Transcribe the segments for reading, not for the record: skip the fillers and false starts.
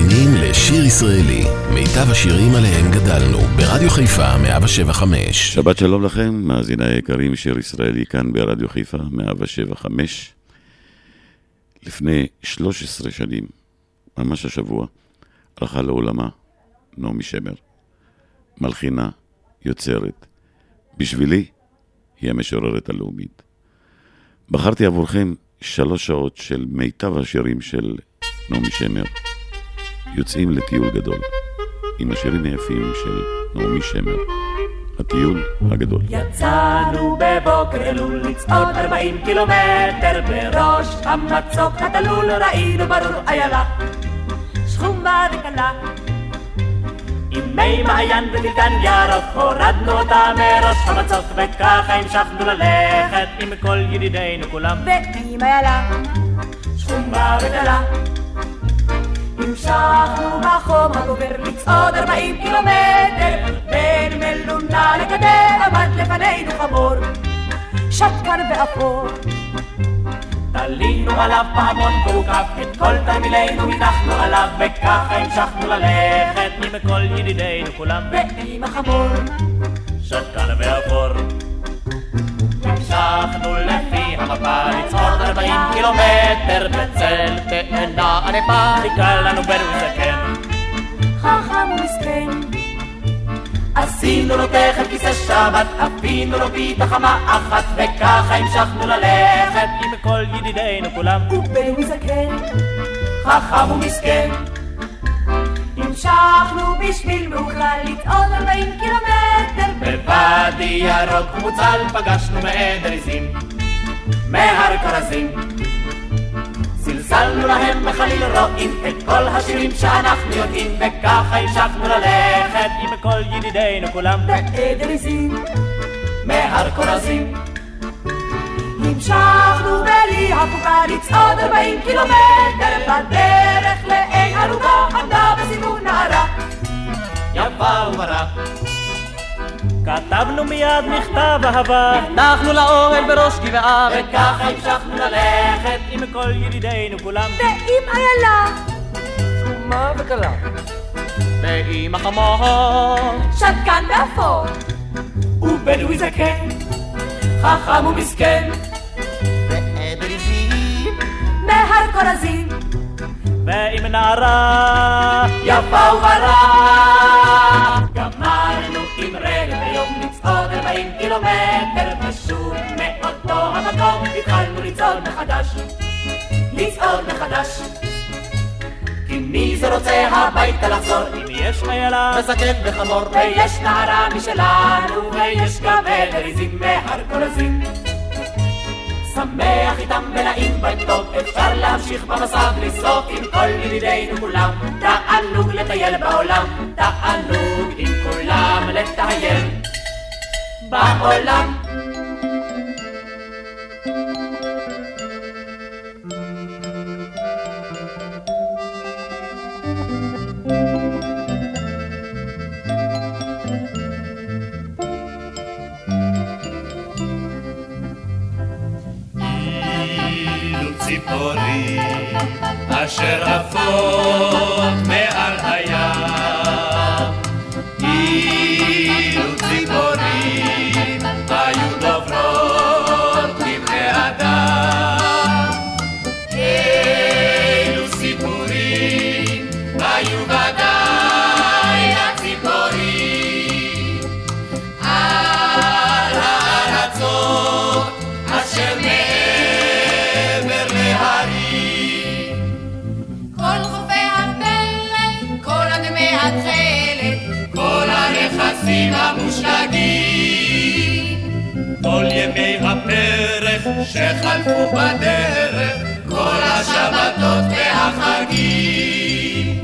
מאזינים לשיר ישראלי, מיטב השירים עליהם גדלנו, ברדיו חיפה 107.5. שבת שלום לכם, מאזיני היקרים, שיר ישראלי כאן ברדיו חיפה 107.5. לפני 13 שנים, ממש השבוע, הלכה לעולמה נעמי שמר, מלחינה, יוצרת. בשבילי היא המשוררת הלאומית. בחרתי עבורכם 3 שעות של מיטב השירים של נעמי שמר. יוצאים לטיול גדול עם השירים היפים של נעמי שמר. הטיול הגדול. יצאנו בבוקר אלול לצעוד 40 קילומטר, בראש המצוק התלול ראינו ברור איילה שחומה וקלה עם מי מעיין ודלתן ירוק, הורדנו אותה מראש המצוק וככה המשכנו ללכת עם כל ידידינו כולם ועם איילה שחומה וקלה. המשכנו בחום הגובר לצעוד 40 קילומטר, בין מלונה לקדם עמד לפנינו חמור שטקן ואפור. תלינו עליו פעמון והוקף את כל תרמילנו, הנחנו עליו וככה המשכנו ללכת עם כל ידידינו כולם ועם החמור שטקן ואפור. המשכנו לפי המפה לצעוד 40 קילומטר, בצל תאנה ענפה חיכה לנו בדואי זקן חכם ומסכן. עשינו לו תכף כיסא שבת, אפינו לו פיתה חמה אחת וככה המשכנו ללכת עם כל ידידינו כולם ובדואי זקן חכם ומסכן. המשכנו בשביל מאוחר לצעוד 40 קילומטר, בוואדי ירוק ומוצל פגשנו מעדר עזים מהר כרזים. סלסלנו להם בחליל רואים את כל השירים שאנחנו יודעים וככה המשכנו ללכת עם כל ידידינו כולם בעדר עזים מהר כרזים. המשכנו בלי הפוגה לצעוד 40 קילומטר, בדרך לעין ערוגה עמדה בסיבוב נערה יפה ומרה. כתבנו מיד מכתב אהבה, הבטחנו לאוהל בראש גבעה וככה המשכנו ללכת עם כל ידידינו כולם ועם איילה שחומה וקלה ועם החמור שטקן ואפור ובדואי זקן חכם ומסכן ועדר עזים מהר כרזים ועם נערה יפה ומרה. גמרנו עם רגל ביום לצעוד 40 קילומטר, ושוב מאותו המקום התחלנו לצעוד מחדש כי מי זה רוצה הביתה לחזור אם יש חיילה וזקן וחמור ויש נערה משלנו ויש גם עדר עזים מהר כרזים. שמח איתם ונעים בהם טוב, אפשר להמשיך במסע ולסוף עם כל ידידינו כולם. תענוג לטייל בעולם, תענוג עם כולם לטייל בעולם. ציפורים אשר עפות מעל הים, אילו ציפורים היו דוברות כבני אדם, אילו סיפורים היו ודאי הציפורים על הארצות אשר המושלגים, כל ימי הפרח שחלפו בדרך, כל השבתות והחגים.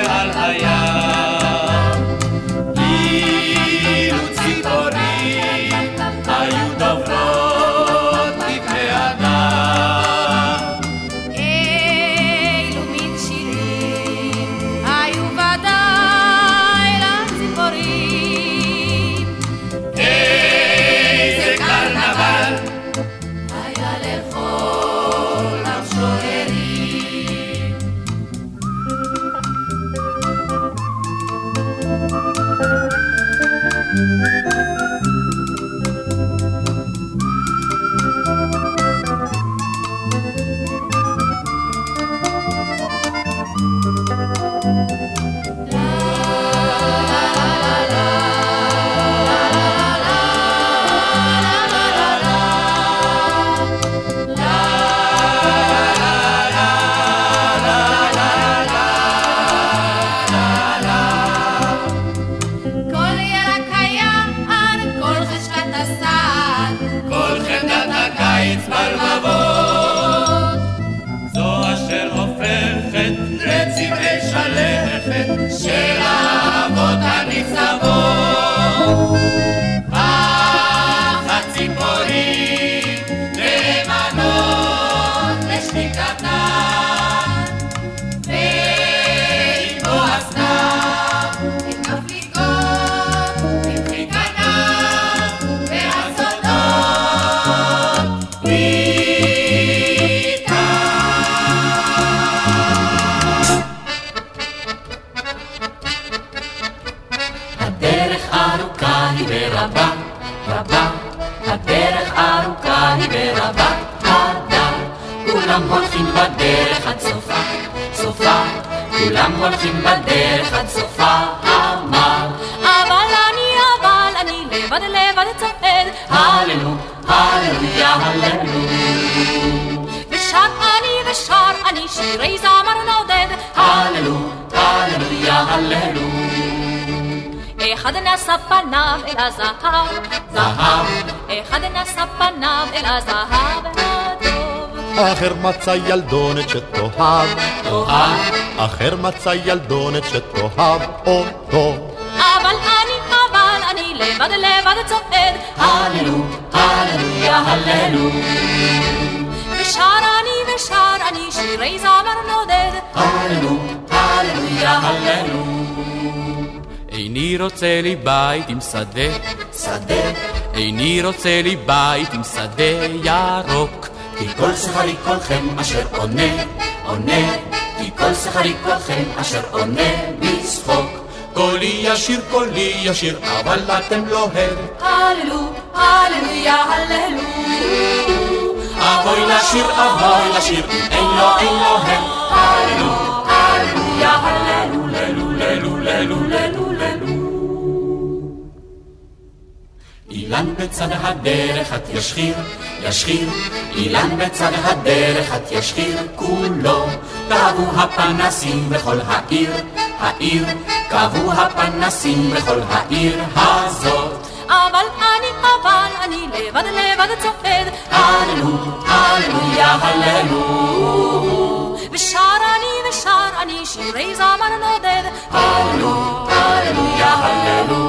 מעל הים, אילו ציפורים הסעד, כל חמדת הקיץ בלבבות, זו אשר הופכת לצבעי שלכת של האהבות הנכזבות. הציפורים נאמנות לשתיקתן, ואיתו הסתיו הן מפליקות למחיקתן, והסודות איתן. הדרך ארוכה היא ורבה רבה, הדרך ארוכה היא ורבה הדר, כולם הולכים בדרך עד סופה, סופה, כולם הולכים בדרך עד סופה, אמר. אבל אני לבד לבד צועד, הללו, הללויה, הללו. ושר אני שירי זמר נודד, הללו, הללויה, הללו. אחד נשא פניו אל הזהב, זהב, אחד נשא פניו אל הזהב הטוב. אחר מצא ילדונת שתאהב, תאהב, אחר מצא ילדונת שתאהב אותו. אבל אני לבד לבד צועד, הללו, הללויה, הללו. ושר אני שירי זמר נודד, הללו, הללויה, הללו. איני רוצה לי בית עם שדה, שדה, איני רוצה לי בית עם שדה ירוק, כי כל שכרי קולכם אשר עונה, עונה, כי כל שכרי קולכם אשר עונה בשחוק. קולי ישיר, אבל אתם לא הד. הללו, הללויה, הללו. אבוי לשיר, אין לו הד. הללו, הללויה, הללו, ללו, ללו, ללו, ללו, ללו. אילן בצד הדרך את ישחיר, ישחיר, אילן בצד הדרך את ישחיר כולו. כבו הפנסים בכל העיר, העיר, כבו הפנסים בכל העיר הזאת. אבל אני לבד לבד צועד, הללו, הללויה, הללו. ושר אני שירי זמר נודד, הללו, הללויה, הללו.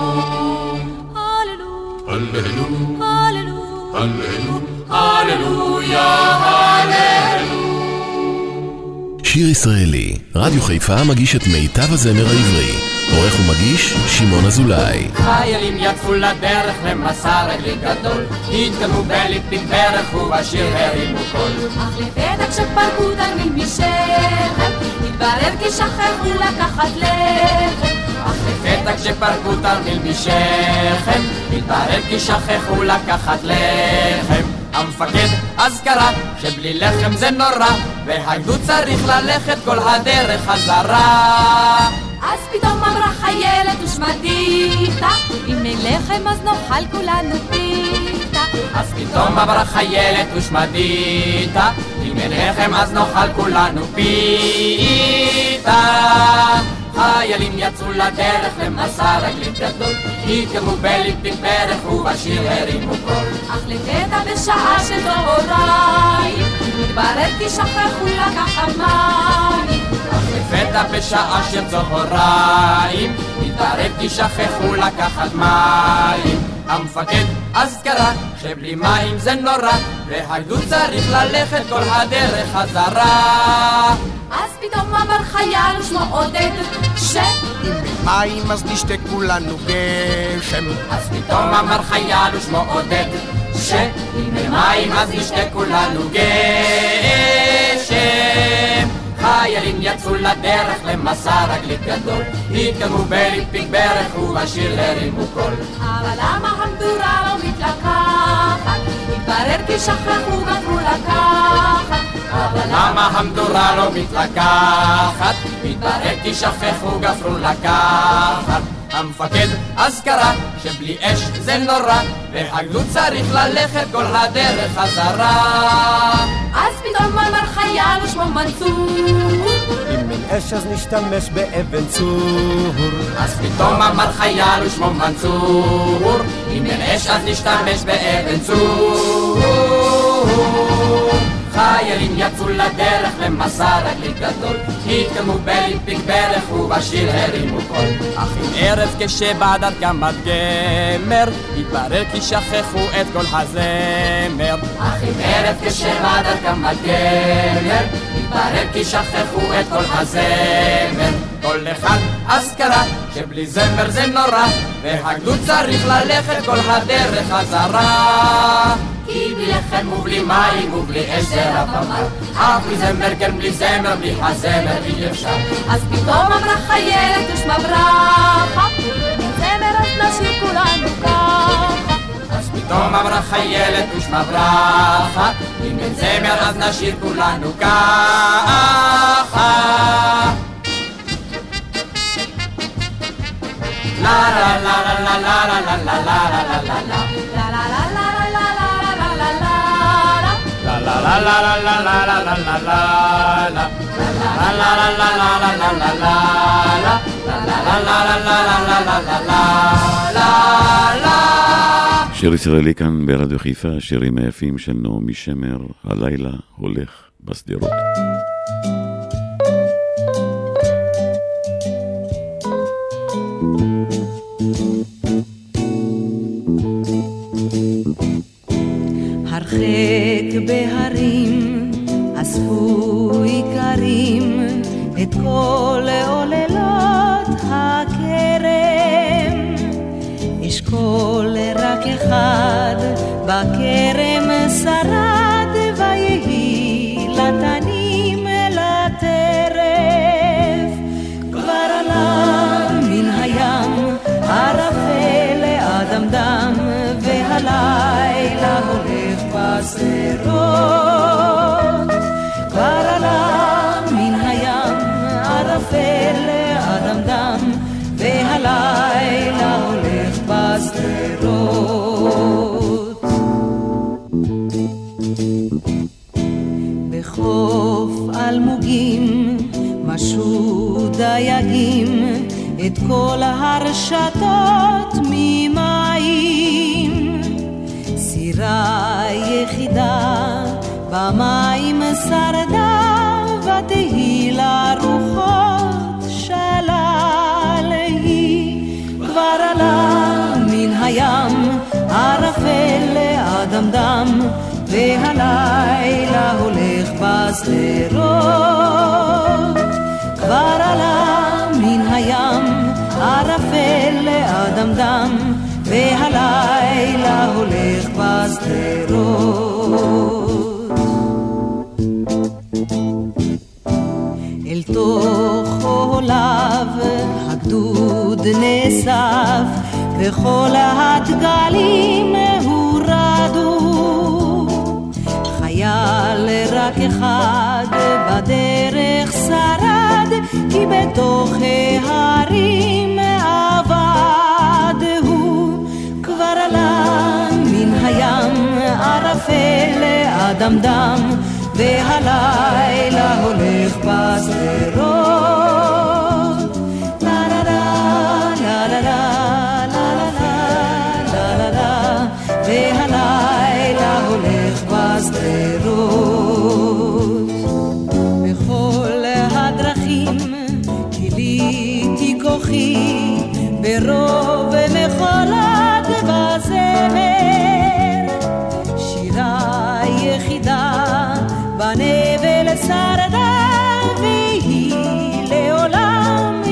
הללו, הללו, הללו, הללויה, הללו. שיר ישראלי, רדיו חיפה מגיש את מיטב הזמר העברי. עורך ומגיש שמעון אזולאי. חיילים יצאו לדרך למסע רגלי גדול, התקדמו בליפיק ברך ובשיר הרימו קול. אך לפתע כשפרקו תלמיד משכם, התברר כי שכחו לקחת לחם. אך לפתע כשפרקו תרמיל משכם, התברר כי שכחו לקחת לחם. המפקד אז קרא שבלי לחם זה נורא, והגדוד צריך ללכת כל הדרך חזרה. אז פתאום אמרה חיילת ושמדיתה, אם אין לחם אז נאכל כולנו פיתה. אז פתאום אמרה חיילת ושמדיתה, אם אין לחם אז נאכל כולנו פיתה. חיילים יצאו לדרך למסע רגלית גדול, התקדמו בליפיק ברך ובשיר הרימו קול. אך לפתע בשעה של צהריים, התברר כי שכחו לקחת מים. אך לפתע בשעה של צהריים, התברר כי שכחו לקחת מים. המפקד אז קרא שבלי מים זה נורא, והגדוד צריך ללכת כל הדרך חזרה. אז פתאום אמר חייל ושמו עודד, אם מים אז נשתה כולנו גשם. אז פתאום אמר חייל ושמו עודד, שאם אין מים אז נשתה כולנו גשם. חיילים יצאו לדרך למסע רגלית גדול, התקדמו בליפיק ברך ובשיר הרימו קול. אבל למה המדורה לא מתלקחת? התברר כי שכחו גפרו לקחת. אבל למה המדורה לא מתלקחת? התברר כי שכחו גפרו לקחת. המפקד אז קרא שבלי אש זה נורא, והגדוד צריך ללכת כל הדרך חזרה. אז פתאום אמר חייל ושמו מנצור, אם אין אש אז נשתמש באבן צור. אז פתאום אמר חייל ושמו מנצור, אם אם אין אש אז נשתמש באבן צור. חיילים יצאו לדרך למסע רגלית גדול, התקדמו בליפיק ברך ובשיר הרימו קול. אך עם ערב כשבא דרכם בת גמר, התברר כי שכחו את כל הזמר. אך עם ערב כשבא דרכם בת גמר, התברר כי שכחו את כל הזמר. כל אחד אז קרא שבלי זמר זה נורא, והגדוד צריך ללכת כל הדרך חזרה. כי בלי לחם ובלי מים ובלי אש זה רב אמר, אך בלי זמר כן בלי זמר, בלי הזמר אי אפשר. אז פתאום אמרה חיילת ושמה ברכה, זמר אז נשיר כולנו ככה. אז פתאום אמרה חיילת ושמה ברכה, אם אין זמר אז נשיר כולנו ככה. לה לה לה לה לה לה לה לה לה לה לה שיר ישראלי כאן ברדיו חיפה, שירים היפים של נעמי שמר, הלילה הולך בשדרות. הרחק בהרים אספו עיקרים את כל עוללות הכרם, אשכול רק אחד בכרם שרד, ויהי לתנים לטרף. כבר עלה מן הים ערפל אדם דם, והלילה הולך בשדרות. כבר עלה מן הים ערפל אדם דם, והלילה הולך בשדרות. בחוף אלמוגים משו דייגים את כל הרשתות ממים, סירה יחידה במים שרדה, ותהי לרוחות שלל היא. כבר עלה מן הים ערפל אדם דם, והלילה הולך בשדרות. כבר עלה מן הים ערפל אדם דם, והלילה הולך בשדרות. אל תוך עולב הגדוד נאסף, וכל הדגלים הורדו. חייל רק אחד בדרך שרד, כי בתוך ההרים עבד הוא. כבר עלה מן הים ערפל אדם דם, והלילה הולך בשדרות. לה לה לה לה לה לה לה לה לה, והלילה הולך בשדרות. בכל הדרכים גיליתי כוחי, ברוב מחולת וזמר. שירה יחידה בנבל שרדה, והיא לעולם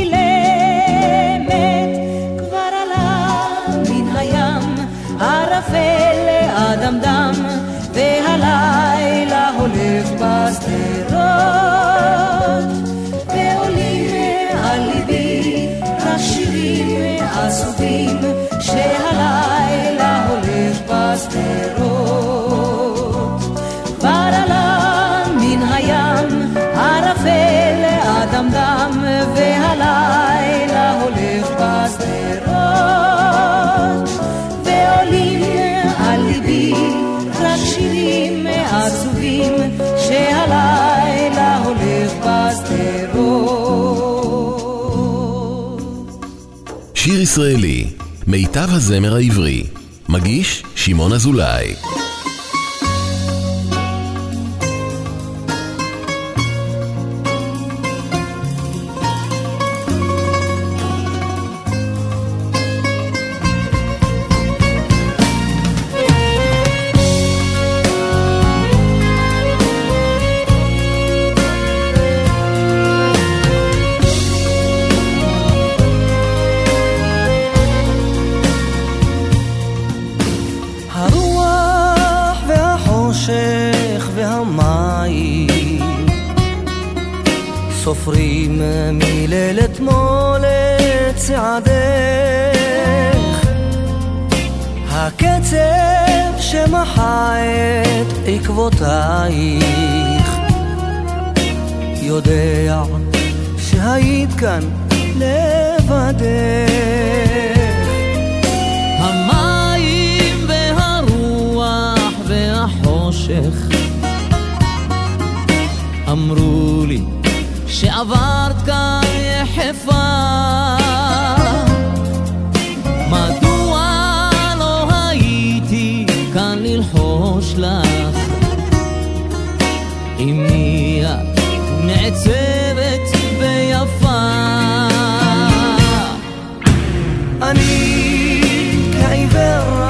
אילמת. כבר עלה מן הים ערפל אדם דם, והלילה הולך בשדרות. ועולים על ליבי רק שירים עצובים, שהלילה הולך בשדרות. כבר עלה מן הים ערפל אדם דם, והלילה הולך בשדרות. ועולים על ליבי רק שירים עצובים, שהלילה הולך בשדרות. שיר ישראלי, מיטב הזמר העברי. מגיש שמעון אזולאי. סופרים מליל אתמול את צעדך, הקצב שמחה את עקבותייך, יודע שהיית כאן לבדך. המים והרוח והחושך אמרו לי שעברת כאן יחפה, מדוע לא הייתי כאן ללחוש לך, אמי את נעצבת ויפה. אני כעיוור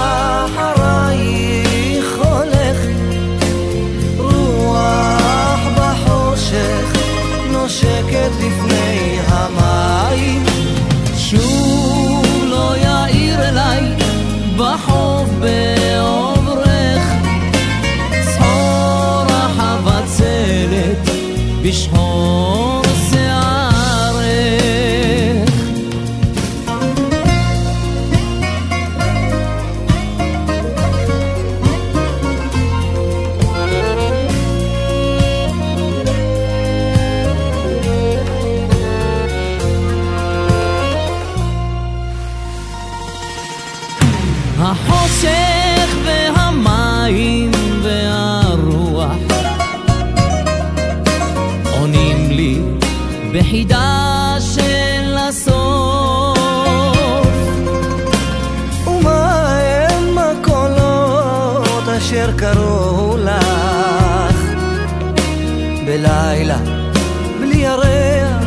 אחרייך הולך, רוח בחושך נושקת לפני המים, שוב לא יאיר אליי בחוף בעוברך, צחור החבצלת בשחור שערך. החושך והמים והרוח עונים לי בחידה של הסוף, ומה הם הקולות אשר קראו לך בלילה בלי ירח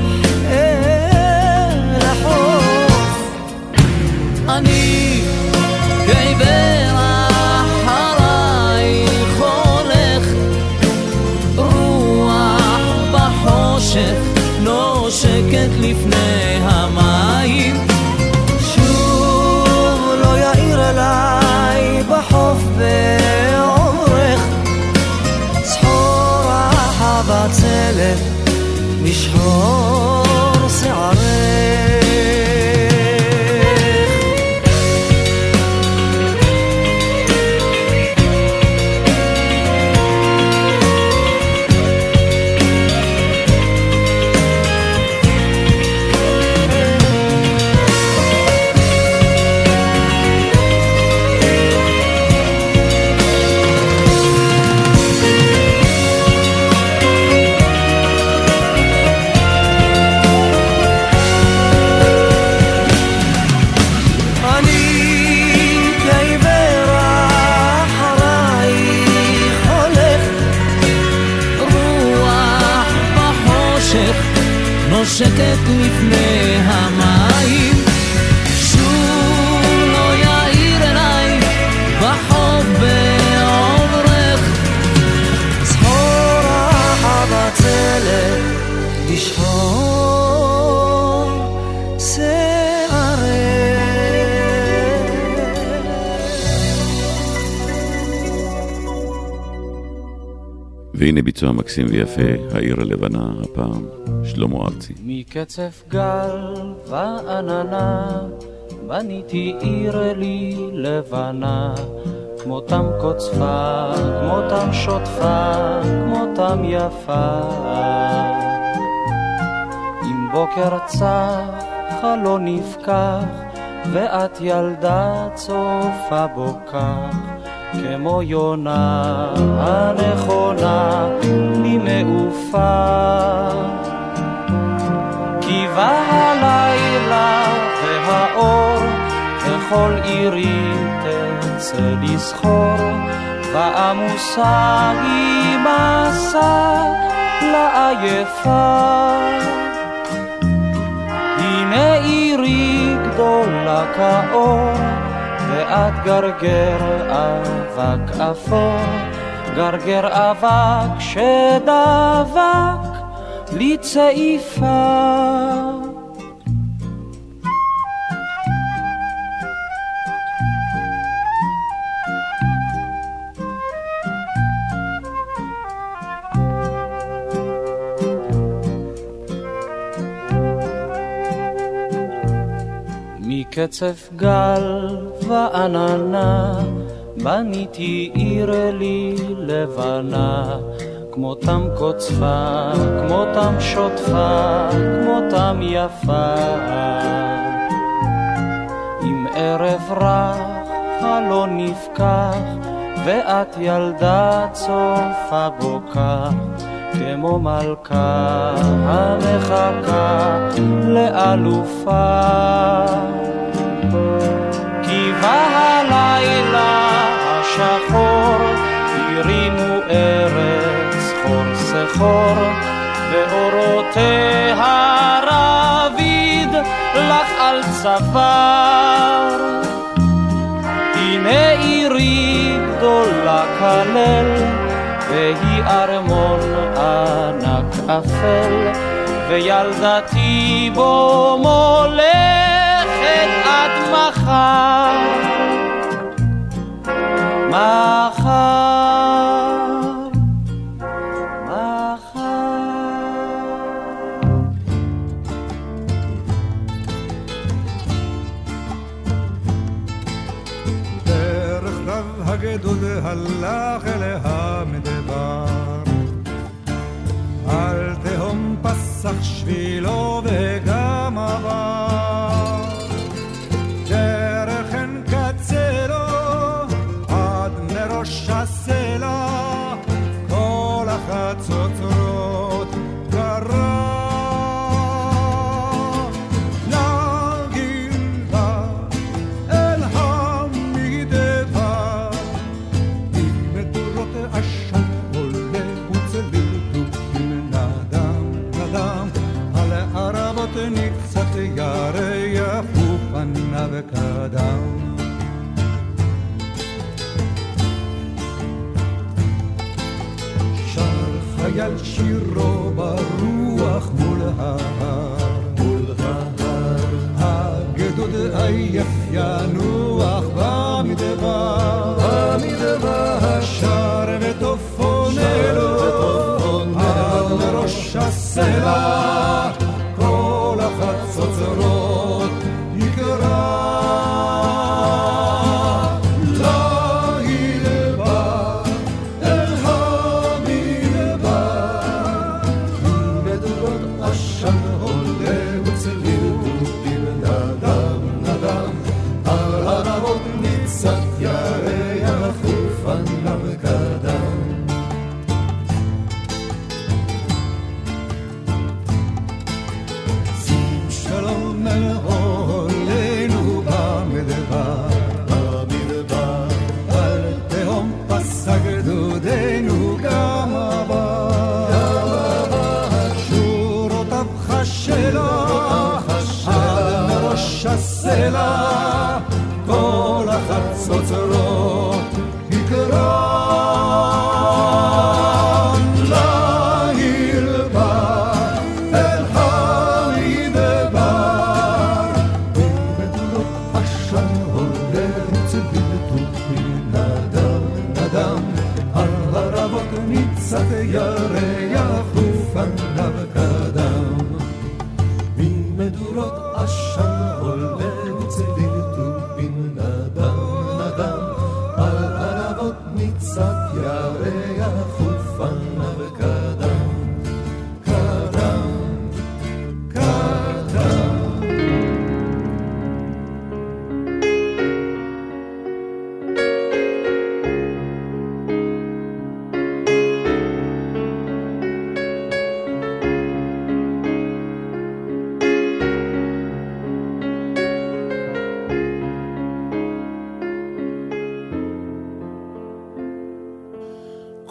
אל החוף. אני כעיוור אחרייך הולך, רוח בחושך נושקת לפני המים, שוב לא יאיר אליי בחוף בעומרך, צחור החבצלת בשחור שערך. נושקת לפני המים, שוב לא יאיר אליי בחוף בעוברך, צחור החבצלת בשחור שערך. והנה ביצוע מקסים ויפה, העיר הלבנה, הפעם שלמה ארצי. מקצף גל ועננה בניתי עיר לי לבנה, כמותם קוצפה, כמותם שוטפה, כמותם יפה. אם בוקר צח חלון נפקח ואת ילדה צופה בו כך, כמו יונה הנכונה לי מעופה. כי בא הלילה והאור בכל עירי תצא לסחור, ועמוסה היא מסע לעייפה. הנה עירי גדולה כאור, ואת גרגר אבק אפור, גרגר אבק שדבק לי צעיפה. מקצף גל ועננה בניתי עיר לי לבנה, כמותם קוצפה, כמותם שוטפה, כמותם יפה. עם ערב רך חלון נפקח, ואת ילדה צופה בוקה, כמו מלכה המחכה לאלופה. כי בלילה השחור הרינו ארץ חור סחור, ואורותיה רביד לך על צוואר. הנה עירי גדולה כלל, והיא ארמון ענק אפל, וילדתי בו מולכת עד מחר. מחר, מחר. דרך רב הגדוד הלך אליה מדבר, על תהום פסח שבילו וגם עבר. דרך אין קצה לו עד מראש הסלע, כל החצוצרות קרה. לגילבה אל המדבר, עם מדורות עשן עולה וצליל עם נדם נדם, על הערבות נקצת ירח ופניו קדם. חייל שירו ברוח מול ההר, מול ההר. הגדוד עייף ינוח במדבר, במדבר. שר ותופונה לו עד לראש הסלע, כל החצוצרות יקרה. כל החצוצרות יקרה. להילבה אל המדבר, במדורות עשן עולה צלילתו נדם נדם, על הרבות ניצת ירח ופניו קדם. ממדורות עשן עולה ירח ופניו קדם, קדם, קדם.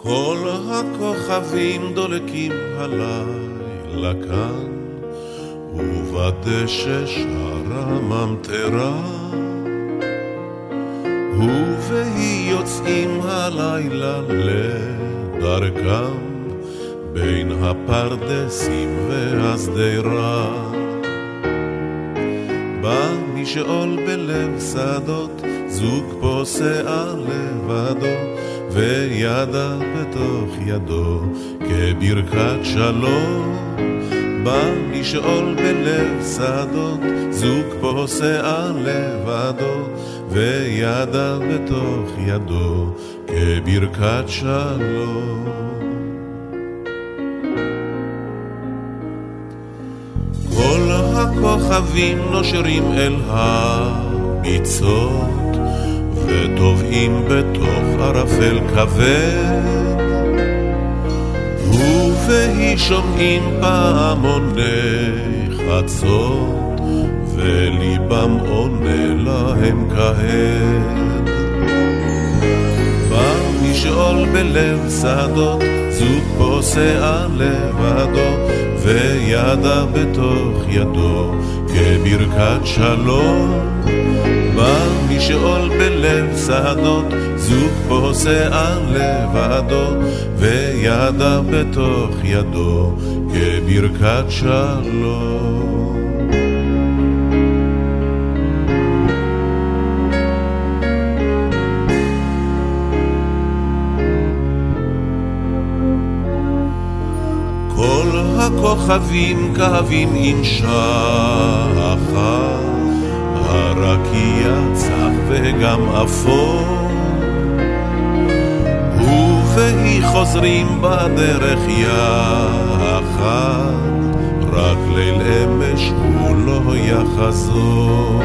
כל הכוכבים דולקים הלילה כאן, ובדשא שרה ממטרה, ובהי יוצאים הלילה לדרכם, בין הפרדסים והשדרה. בא מי שאול בלב שדות, זוג פוסע לבדו, וידה בתוך ידו כברכת שלום. בא מי שאול בלב שדות, זוג פוסע לבדו, וידה בתוך ידו כברכת שלום. כל הכוכבים נושרים אל הביצות, וטובעים בתוך ערפל כבד, ובהי שומעים פעמוני חצות, וליבם עונה להם כהד. בא מי שאול בלב שדות, זוג פוסע לבדו, וידה בתוך ידו כברכת שלום. בא מי שאול בלב שדות, זוג פוסע לבדו, וידה בתוך ידו כברכת שלום. כל הכוכבים קווים עם שחר, הרקיע צח וגם אפור, ובהי חוזרים בדרך יחד, רק ליל אמש הוא לא יחזור.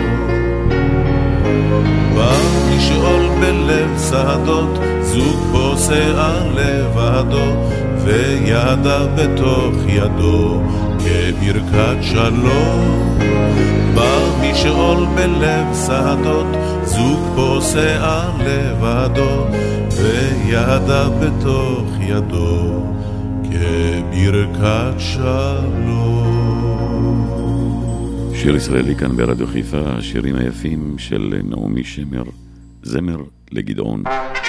בא מי שאול בלב שדות, זוג פוסע לבדו, וידה בתוך ידו כברכת שלום. בא מי שאול בלב שדות, זוג פוסע לבדו, וידה בתוך ידו כברכת שלום. שיר ישראלי כאן ברדיו חיפה, השירים היפים של נעמי שמר, זמר לגדעון.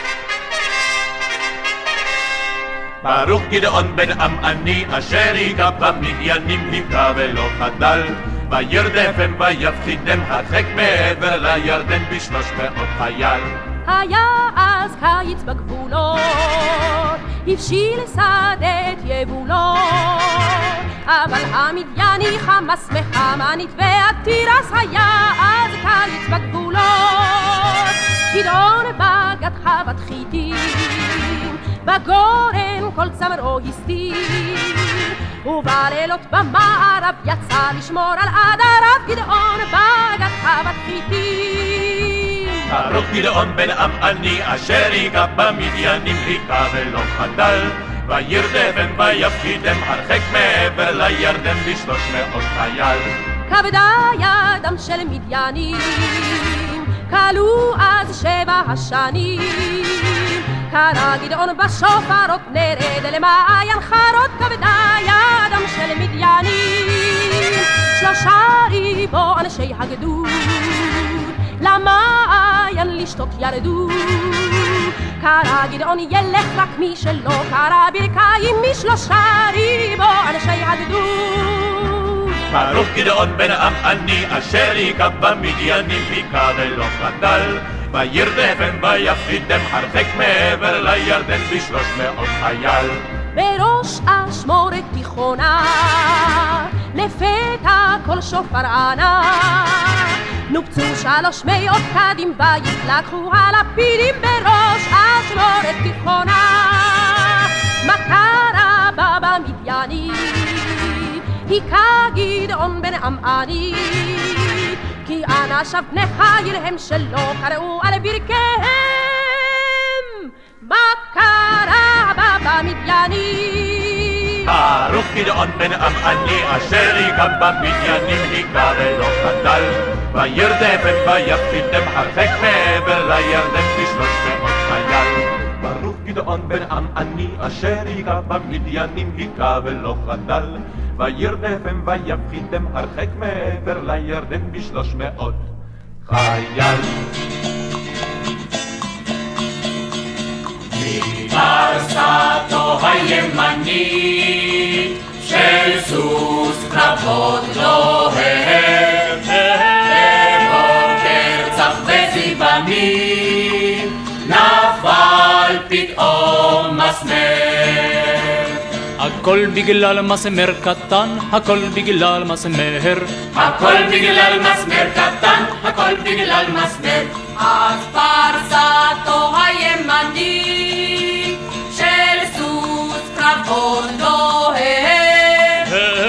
ברוך גדעון בן עמעני, אשר היגע במדיינים, נפגע ולא חדל. וירדפם ויפחידם הרחק מעבר לירדן ב300 חייל. היה אז קיץ בגבולות, הבשיל שדת יבולות, אבל המדייני חמס מחמנית והתירס. היה אז קיץ בגבולות, גדעון בגד חוות חיטים, בגורן כל צמרו הסתיר, ובלילות במערב יצא לשמור על עדריו. גדעון בגד חוות חיטים. ברוך גדעון בן עמעני, אשר היגע במדיינים, היכה ולא חדל. וירדפם ויפחידם הרחק מעבר לירדן ב300 חייל. כבדה ידם של מדיינים, כלו אז 7 השנים. קרא גדעון בשופרות, נרד למעיין חרות. כבדה ידם של מדיינים, 3 ריבו אנשי הגדוד, למעיין לשתות ירדו. קרא גדעון ילך רק מי שלא קרא ברכיים, מ3 ריבו אנשי הגדוד. ברוך גדעון בן עמעני, אשר היגע במדיינים, היכה ולא חדל. וירדפם ויפחידם הרחק מעבר לירדן ב300 חייל. בראש אשמורת תיכונה, לפתע כל שופר ענה. נופצו 300 קדים ויתלקחו הלפידים בראש אשמורת תיכונה. מה קרה בה במדיינים? היכה גדעון בן עמעני, כי אנשיו בני חיל הם שלא קראו על ברכיהם. מה קרה בה במדיינים? ברוך גדעון בן עמעני, אשר היגע במדיינים, היכה ולא חדל. וירדפם ויפחידם הרחק מעבר לירדן ב300 חייל. ברוך גדעון בן עם אני אשר היכה במדיינים היכה ולא חדל וירדפם ויפחידם הרחק מעבר לירדן ב300 חייל. מפרסתו הימנית של סוס קרבות לוהר בבוקר צח וזיבנים נפל פתאום מסמר. הכל בגלל מסמר קטן, הכל בגלל מסמר, הכל בגלל מסמר קטן, הכל בגלל מסמר. אז פרסתו הימנית של סוס קרבות לוהר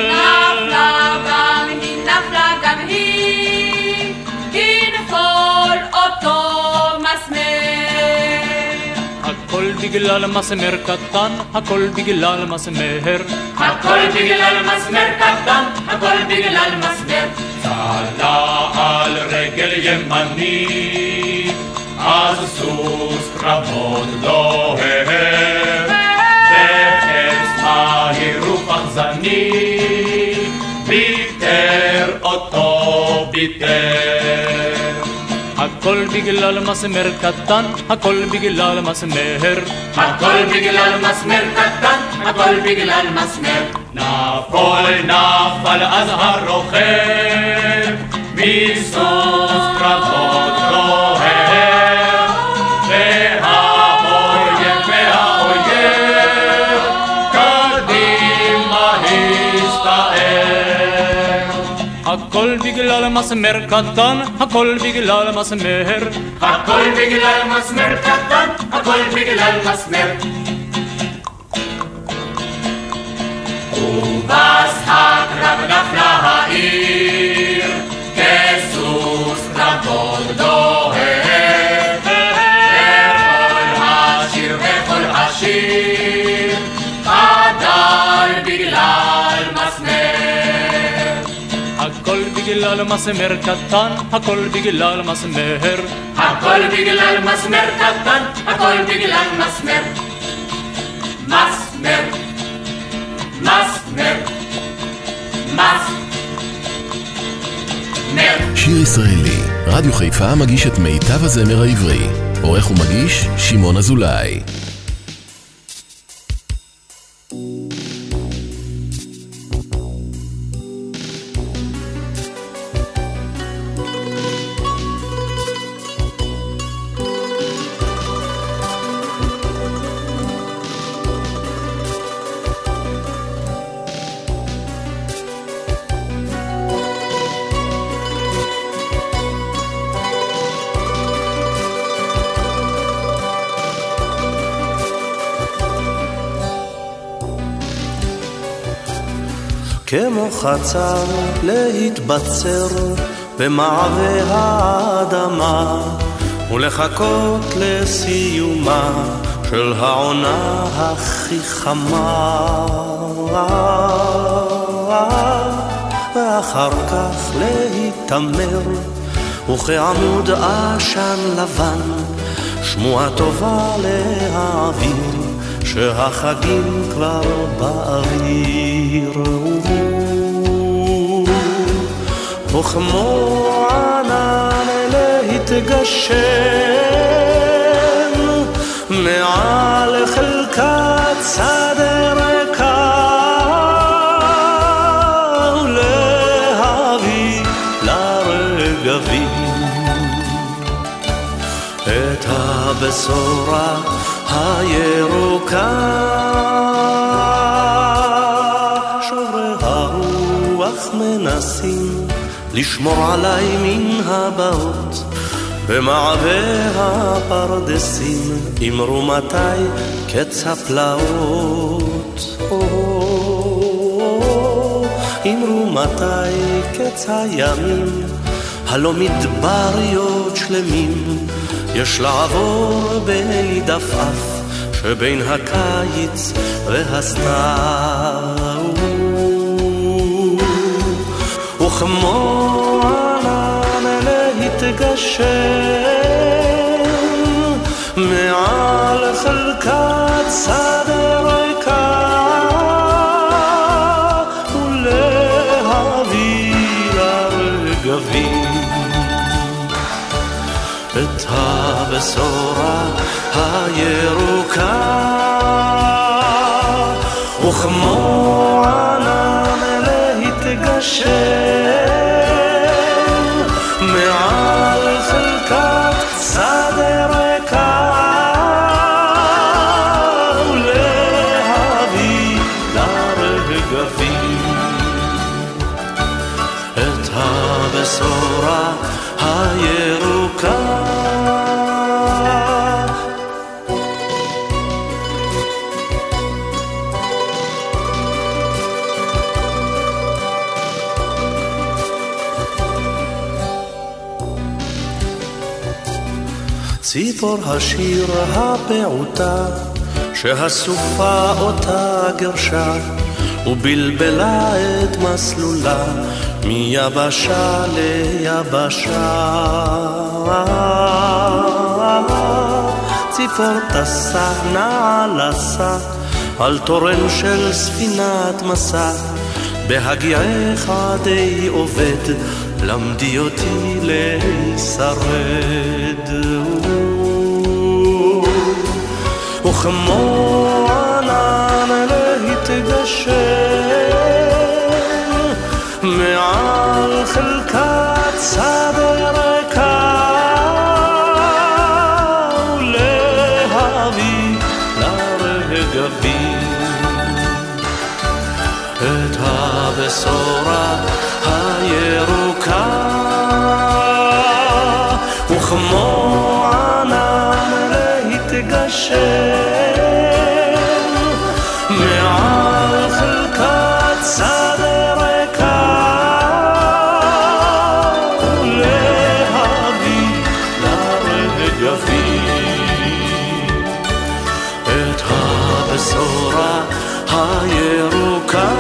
נפלה גם היא כנפול אותו מסמר. הכל בגלל מסמר קטן, הכל בגלל מסמר, הכל בגלל מסמר קטן, הכל בגלל מסמר. צלה על רגל ימנית אז סוס קרבות לוהר בחץ מהיר ופחזני ביטר אותו ביטר. הכל בגלל מסמר קטן, הכל בגלל מסמר, הכל בגלל מסמר קטן, הכל בגלל מסמר. נפל אז הרוכב מסוס קרבות לוהר והאויב קדימה הסתער. הכל בגלל מסמר קטן, הכל בגלל מסמר, הכל בגלל מסמר קטן, הכל בגלל מסמר. ובס הקרב נפלה העיר כסוס קרבות דוהר וכל השיר וכל השיר חדל בגלל מסמר. הכל בגלל מסמר קטן, הכל בגלל מסמר, הכל בגלל מסמר קטן, הכל בגלל מסמר. מסמר מסמר מסמר. שיר ישראלי, רדיו חיפה מגיש את מיטב הזמר העברי. עורך ומגיש שמעון אזולאי. כמו חצר להתבצר במעבה האדמה ולחכות לסיומה של העונה הכי חמה ואחר כך להתאמר וכעמוד עשן לבן שמועה טובה להעביר שהחגים כבר באוויר וכמו ענן להתגשם מעל חלקת שדה ריקה ולהביא לרגבים את הבשורה הירוקה. שוברי הרוח מנסים לשמור עליי מן הבאות במעבה הפרדסים אמרו מתי קץ הפלאות אמרו מתי קץ הימים הלא מדבריות שלמים יש לעבור בדפף שבין הקיץ והסתיו וכמו ענן להתגשם מעל חלקה שדה ריקה ולהביא לרגבים את הבשורה הירוקה וכמו ענן להתגשם מעל חלקת שדה ריקה ולהביא לרגבים את הבשורה הירוקה ציפור השיר הפעוטה שהסופה אותה גרשה ובלבלה את מסלולה מיבשה ליבשה ציפור טסה נעלסה על תורן של ספינת מסע בהגיעך די עובד למדי אותי להישרד וכמו ענן להתגשם מעל חלקת שדה ריקה ולהביא לרגבים את הבשורה הירוקה וכמו ענן להתגשם מעל חלקת שדה ריקה ולהביא לרגבים את הבשורה הירוקה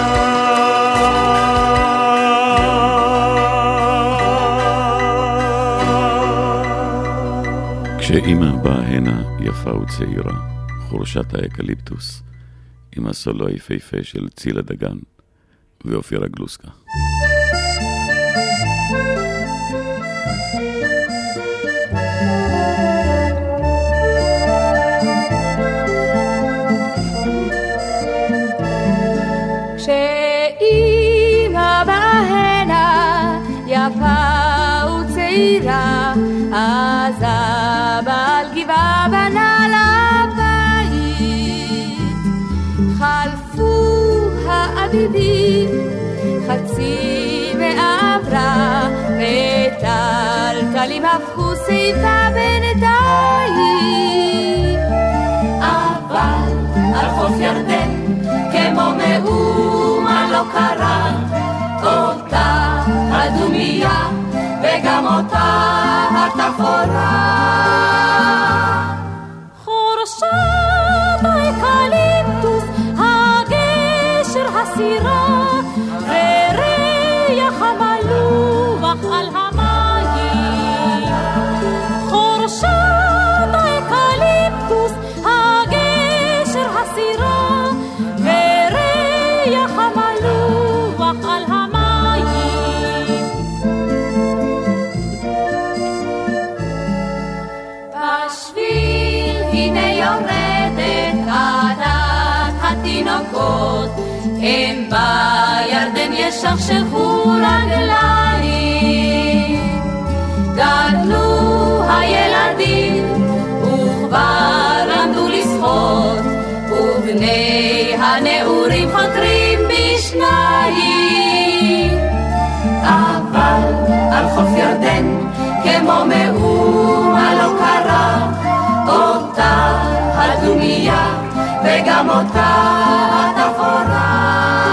כשאמא באה הנה יפה וצעירה, חורשת האקליפטוס, עם הסולו היפהפה של צילה דגן ואופירה גלוסקה. כשאמא באה הנה יפה וצעירה, אז הבעל גבעה בנה לבית. חלפו האביבים חצי מעברה, וטלטלים הפכו שיפה בינתיים. אבל על חוף ירדן כמו מאומה לא קרה, אותה הדומיה וגם אותה התפורה. חורשת האקליפטוס, הגשר הסירה, וריח המלוח על המים. חורשת האקליפטוס, הגשר הסירה, וריח המלוח על המים. יורדת עדת התינוקות, הם בירדן ישכשכו רגליים. גדלו הילדים וכבר למדו לשחות, ובני הנעורים חותרים בשניים. אבל על חוף ירדן כמו מאומה לא קרה, אותה הדומיה וגם אותה התפורה.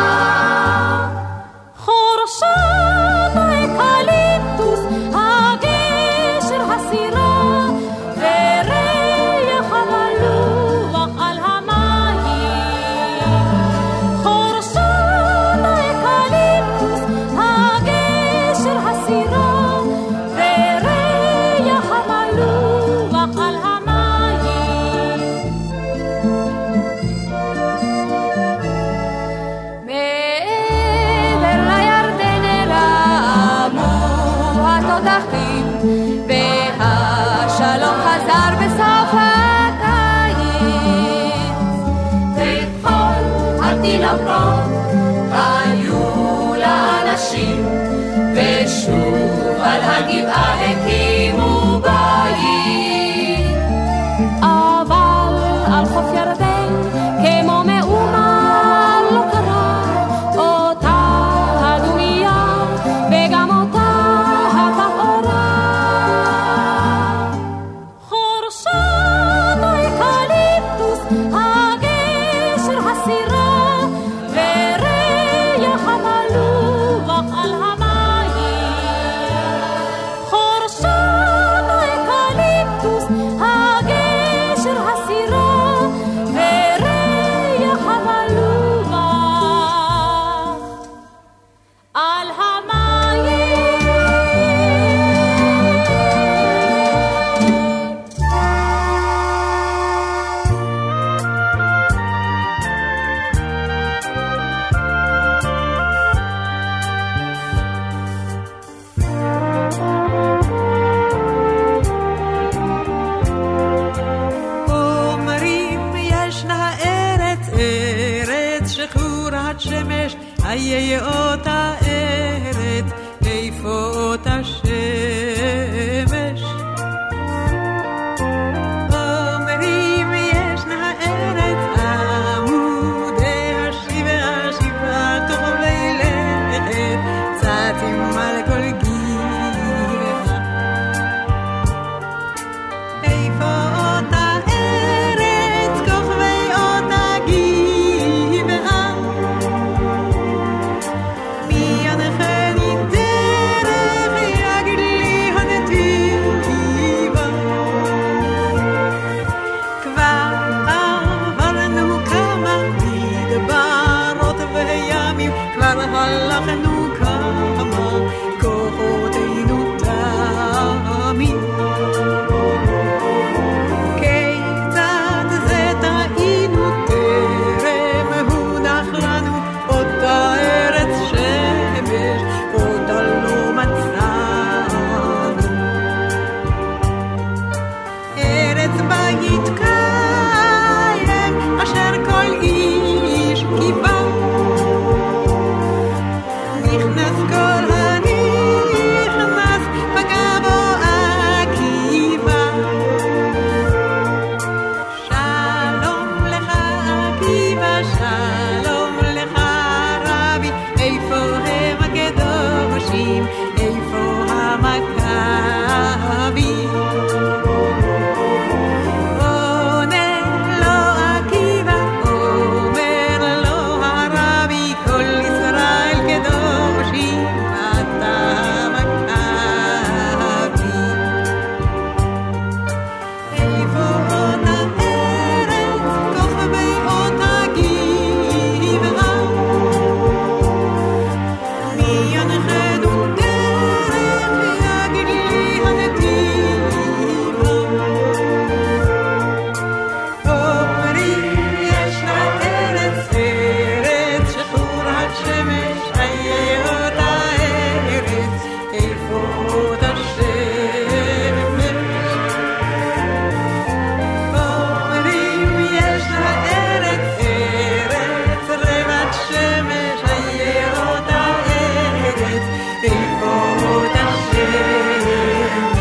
חורשת האקליפטוס, הגשר הסירה, וריח המלוח על המים. חורשת האקליפטוס, הגשר הסירה, וריח המלוח על המים. תינוקות היו לאנשים, ושוב על הגבעה הקימו בית. אבל על חוף ירדן כמו מאומה לא קרה אותה הדומיה וגם אותה התפאורה. חורשת האקליפטוס הגשר הסירה וריח המלוח על המים. חורשת האקליפטוס הגשר הסירה וריח המלוח על המים. אומרים ישנה ארץ, ארץ שחורת שמש, איה אותה ארץ, איפה אותה שמש? אומרים ישנה ארץ, עמודי השיבה טובי לכת, צצים על כל גבעה. איפה אותה ארץ, כוכבי אותה גבעה? מי ינחני דרך, יגיד לי הנתיבה. כבר עברנו כמה מדברות וימים, כבר הלכנו כמה כוחותינו תמיד. כיצד זה טעינו טרם הונח לנו אותה ארץ שמש, אותה לא מצאנו. ארץ בית קיים אשר כל איש קיבה, נכנס כל הנכנס פגע בו עקיבא. שלום לך עקיבא, שלום לך רבי, איפה הם הקדושים, איפה המכבי? עונה לו עקיבא, אומר לו הרבי, כל ישראל קדושים, אתה המכבי. איפה אותה ארץ, כוכבי אותה גבעה? מי ינחנו דרך, יגיד לי הנתיבה. אומרים ישנה ארץ, ארץ שחורת שמש, איה אותה ארץ, איפה אותה שמש? אומרים ישנה ארץ, ארץ רבת שמש, איה אותה ארץ, איפה אותה שמש?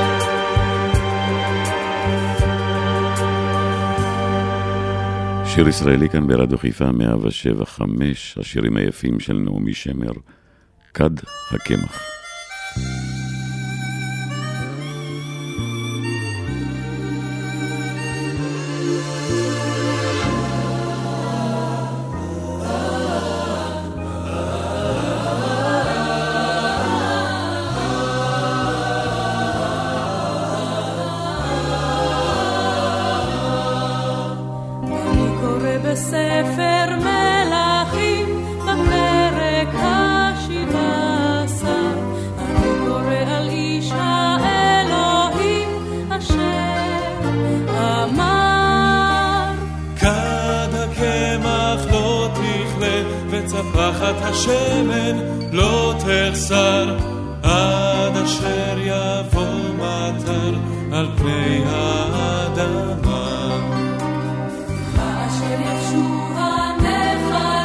שיר ישראלי כאן ברדיו חיפה 107.5, השירים היפים של נעמי שמר, כד הקמח. אני קורא בספר מלכים בפרק ה-17, אני קורא על איש האלוהים אשר אמר כד הקמח לא תכלה וצפחת השמן לא תחסר עד אשר יבוא מטר על פני האדמה. אשר יבשו הנכר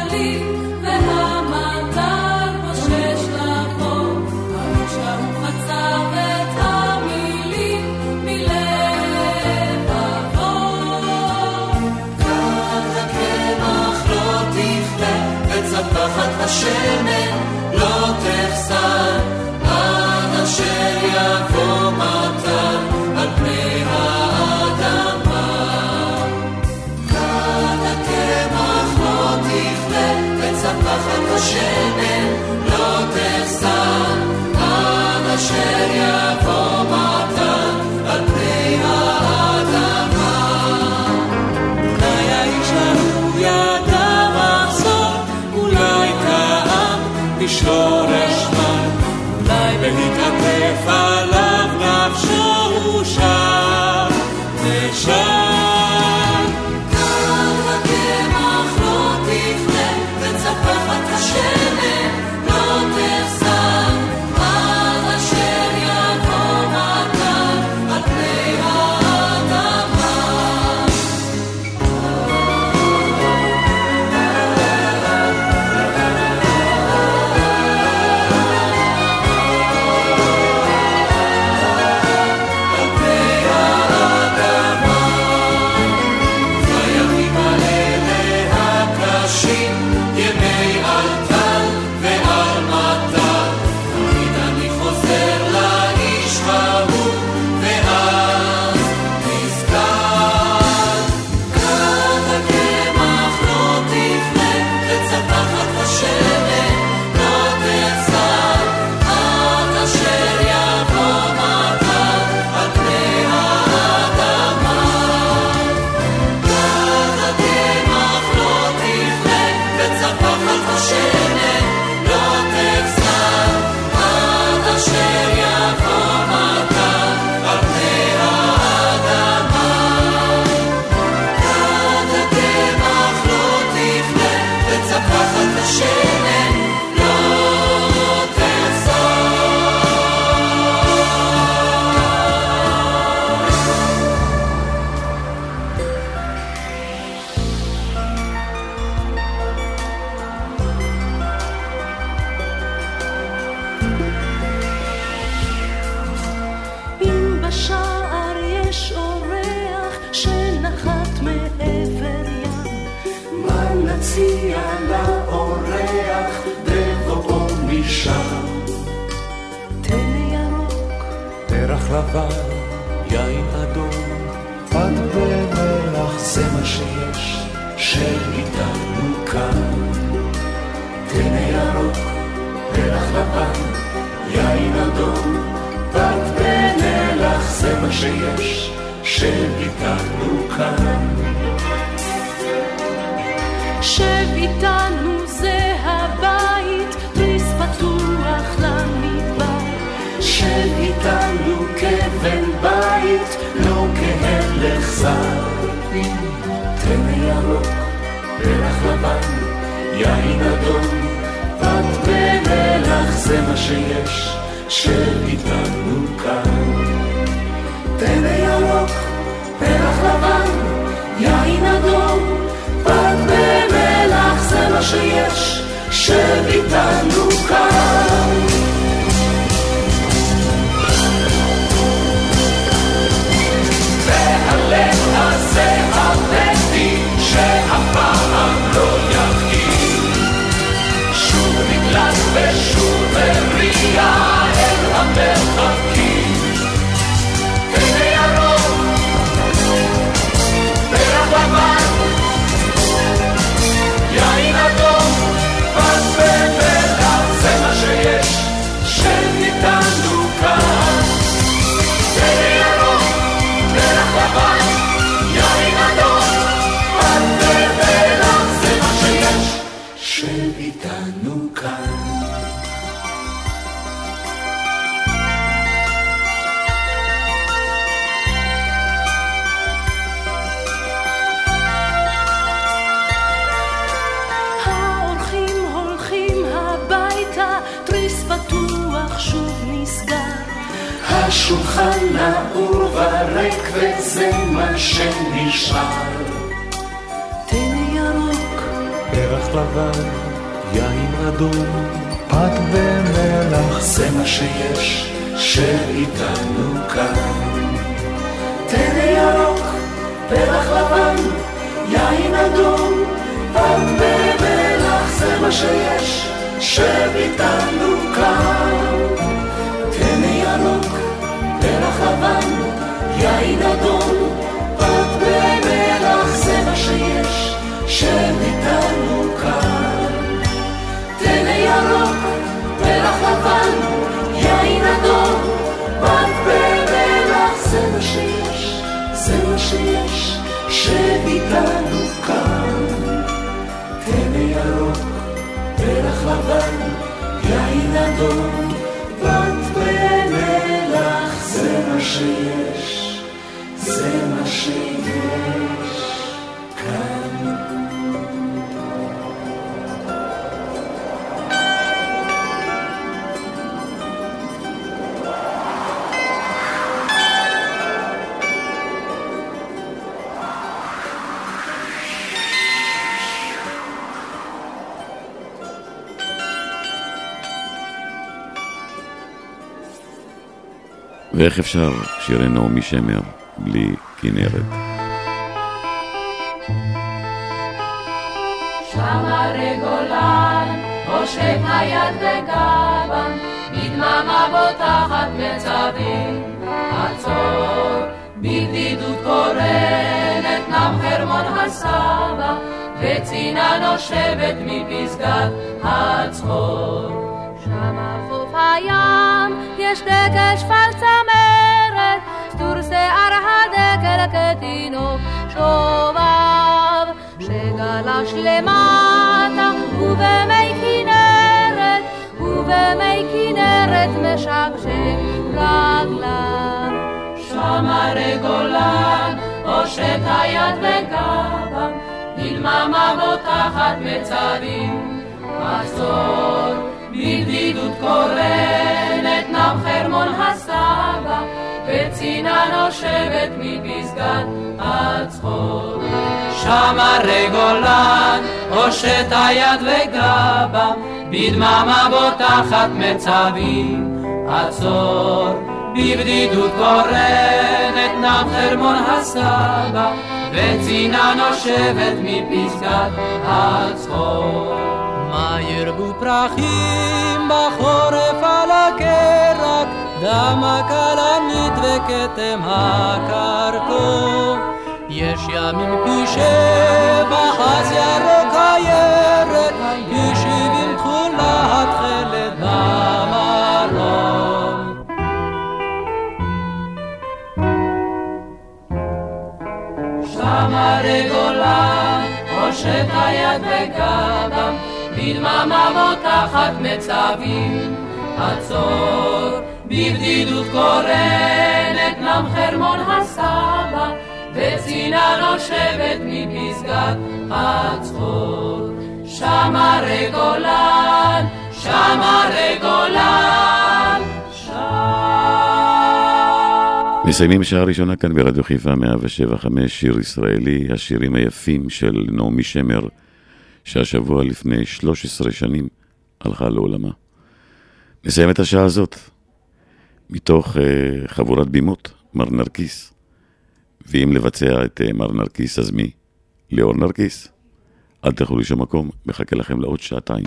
בשורש מן, אולי בהתעטף עליו נפשו הוא שר ושר. כאן הקמח לא תפנה וצפחת השמן לא תחסר, עד אשר יבוא מטר על פני האדמה. יין אדום, פת במלח, זה מה שיש, שאיתנו כאן. טנא ירוק, פרח לבן, יין אדום, פת במלח, זה מה שיש, שאיתנו כאן. שב איתנו זה הבית, תריס פתוח למדבר. שב איתנו כבן בית, לא כהלך זר. טנא ירוק, פרח לבן, יין אדום, פת במלח, זה מה שיש, שב איתנו כאן. טנא ירוק, פרח לבן, יין אדום, פת במלח, זה מה שיש, שב איתנו כאן. והלב הזה הבאתי שאף פעם לא יחכיר, שוב נגלת ושוב מריע אל המרחקים. טנא ירוק, פרח לבן, יין אדום, פת במלח, זה מה שיש, שניתנו כאן. טנא ירוק, פרח לבן, יין אדום, פת במלח, זה מה שיש, שניתנו כאן. השולחן נעור וריק וזה מה שנשאר. טנא ירוק, פרח לבן, יין אדום, פת במלח, זה מה שיש, שאיתנו כאן. טנא ירוק, פרח לבן, יין אדום, פת במלח, זה מה שיש, שאיתנו כאן. טנא ירוק, פרח לבן, יין אדום, פת במלח, זה מה שיש, שניתנו כאן. טנא ירוק, פרח לבן, יין אדום, פת במלח, זה מה שיש, זה מה שיש, שניתנו כאן. טנא ירוק, פרח לבן, יין אדום, פת במלח, זה מה שיש, זה מה שיש כאן. ואיך אפשר שירי נעמי שמר בלי כנרת? שמרי גולן, הושט היד בגבם, בדממה בוטחת מצבים, עצור, בבדידות קורנת, נם חרמון הסבא, וצינה נושבת מפסגת הצחור. שם חוף הים, יש דקל שפל צמרת, סתור שיער הדקל כתינוק שובב, שגלש למטה ובמי כנרת, ובמי כנרת משקשק רגליו. שם הרי גולן, הושט היד בגבם, בדממה בוטחת מצבים, עצור, בבדידות קורנת, נם חרמון הסבא, וצינה נושבת מפסגת הצחור. שם הרי גולן, הושט היד וגבם, בדממה בוטחת מצבים, עצור, בבדידות קורנת, נם חרמון הסבא, וצינה נושבת מפסגת הצחור. מה ירבו פרחים בחורף על הקרק, דם הכלנית וכתם הקרקור. יש ימים פי 7 אז ירוק הירק, פי 70 תכולה התחלת במרום. שם הרי גולן, הושט היד בגבם, בדממה בוטחת מצבים, עצור, בבדידות קורנת, נם חרמון הסבא, וצינה נושבת מפסגת הצחור. שם הרי גולן, שם הרי גולן, מסיימים שעה ראשונה כאן ברדיו חיפה 107.5, שיר ישראלי, השירים היפים של נעמי שמר, שהשבוע לפני 13 שנים הלכה לעולמה. נסיים את השעה הזאת מתוך חבורת בימות, מר נרקיס. ואם לבצע את מר נרקיס, אז מי? ליאור נרקיס. אל תלכו לשום מקום, מחכה לכם לעוד שעתיים.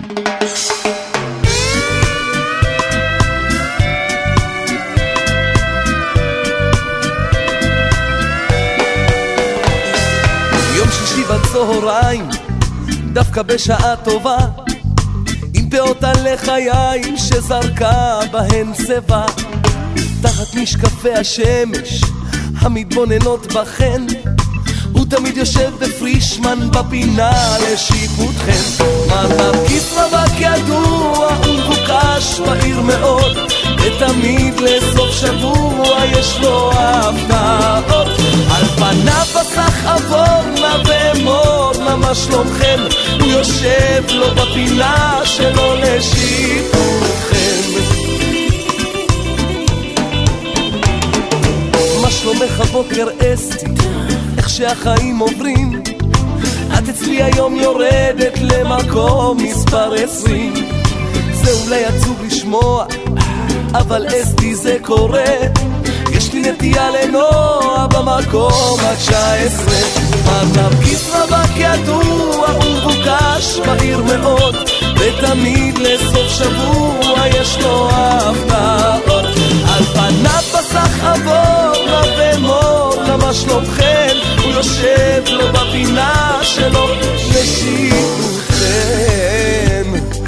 יום שישי בצהריים, דווקא בשעה טובה, עם פאות על לחיים שזרקה בהן צבע, תחת משקפי השמש המתבוננות בכן, הוא תמיד יושב בפרישמן בפינה לשיפוטכן. מר נרקיס רווק ידוע ומבוקש בעיר מאוד, ותמיד לסוף שבוע יש לו הפתעות. על פניו בסך עבורנה ואמורנה מה שלומכם, הוא יושב לו בפינה שלו לשיפוטכן. מה שלומך בוקר אסתי, איך שהחיים עוברים, את אצלי היום יורדת למקום מספר 20. זה אולי עצוב לשמוע, אבל אסתי זה קורה, יש לי נטייה לנוע במקום ה-19. מר נרקיס רווק ידוע ומבוקש בעיר מאוד, ותמיד לסוף שבוע יש לו הפתעות. על פניו בסך עבורנה ומורנה מה שלומכן, הוא יושב לו בפינה שלו לשיפוטכן.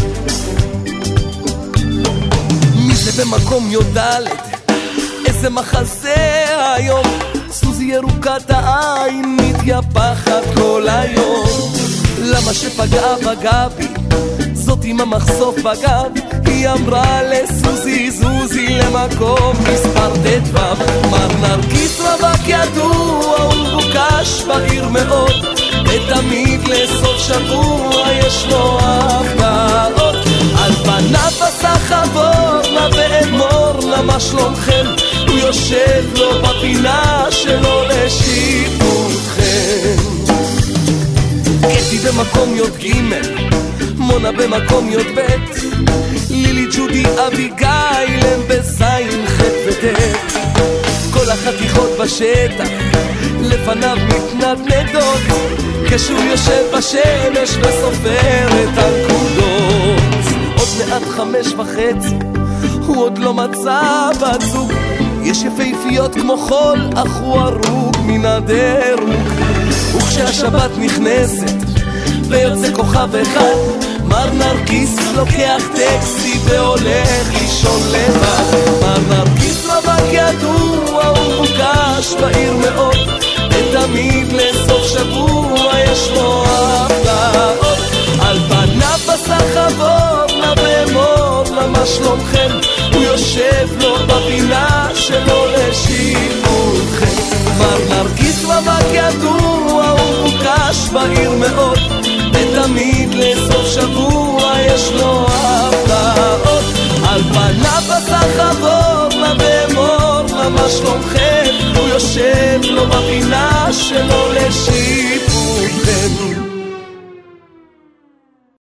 מי זה במקום יודלת, איזה מחזה היום, סוזי ירוקת העין מתייפחת כל היום. למה שפגעה בגבי, זאת עם המחשוף בגב, היא היא אמרה לסוזי זוזי למקום מספר ט"ו. מר נרקיס רווק ידוע ומבוקש בעיר מאוד, ותמיד לסוף שבוע יש לו הפתעות. על פניו פסח אבורנה ואמורנה מה שלומכם, הוא יושב לו בפינה שלו לשיפוטכם. קטי במקום י"ג, מונה במקום י"ב, לילי ג'ודי אביגיל הם בזין ח' וט'. כל החתיכות בשטח לפניו מתנדנדות, כשהוא יושב בשמש וסופר את הנקודות. עוד מעט 5:30, הוא עוד לא מצא בת זוג, יש יפהפיות כמו חול אך הוא הרוג מן הדירוג. וכשהשבת נכנסת ויוצא כוכב אחד, מר נרקיס לוקח טקסי והולך לישון לבד. מר נרקיס רווק ידוע ומבוקש בעיר מאוד, ותמיד לסוף שבוע יש לו הפתעות. על פניו פסח אבורנה ואמורנה מה שלומכם, הוא יושב לו בפינה שלו לשיפוטכם. מר נרקיס רווק ידוע ומבוקש בעיר מאוד, ותמיד לסוף שבוע יש לו הפתעות. על פניו פסח אבורנה ואמורנה מה שלומכם, הוא יושב לו בפינה שלו לשיפוטכם.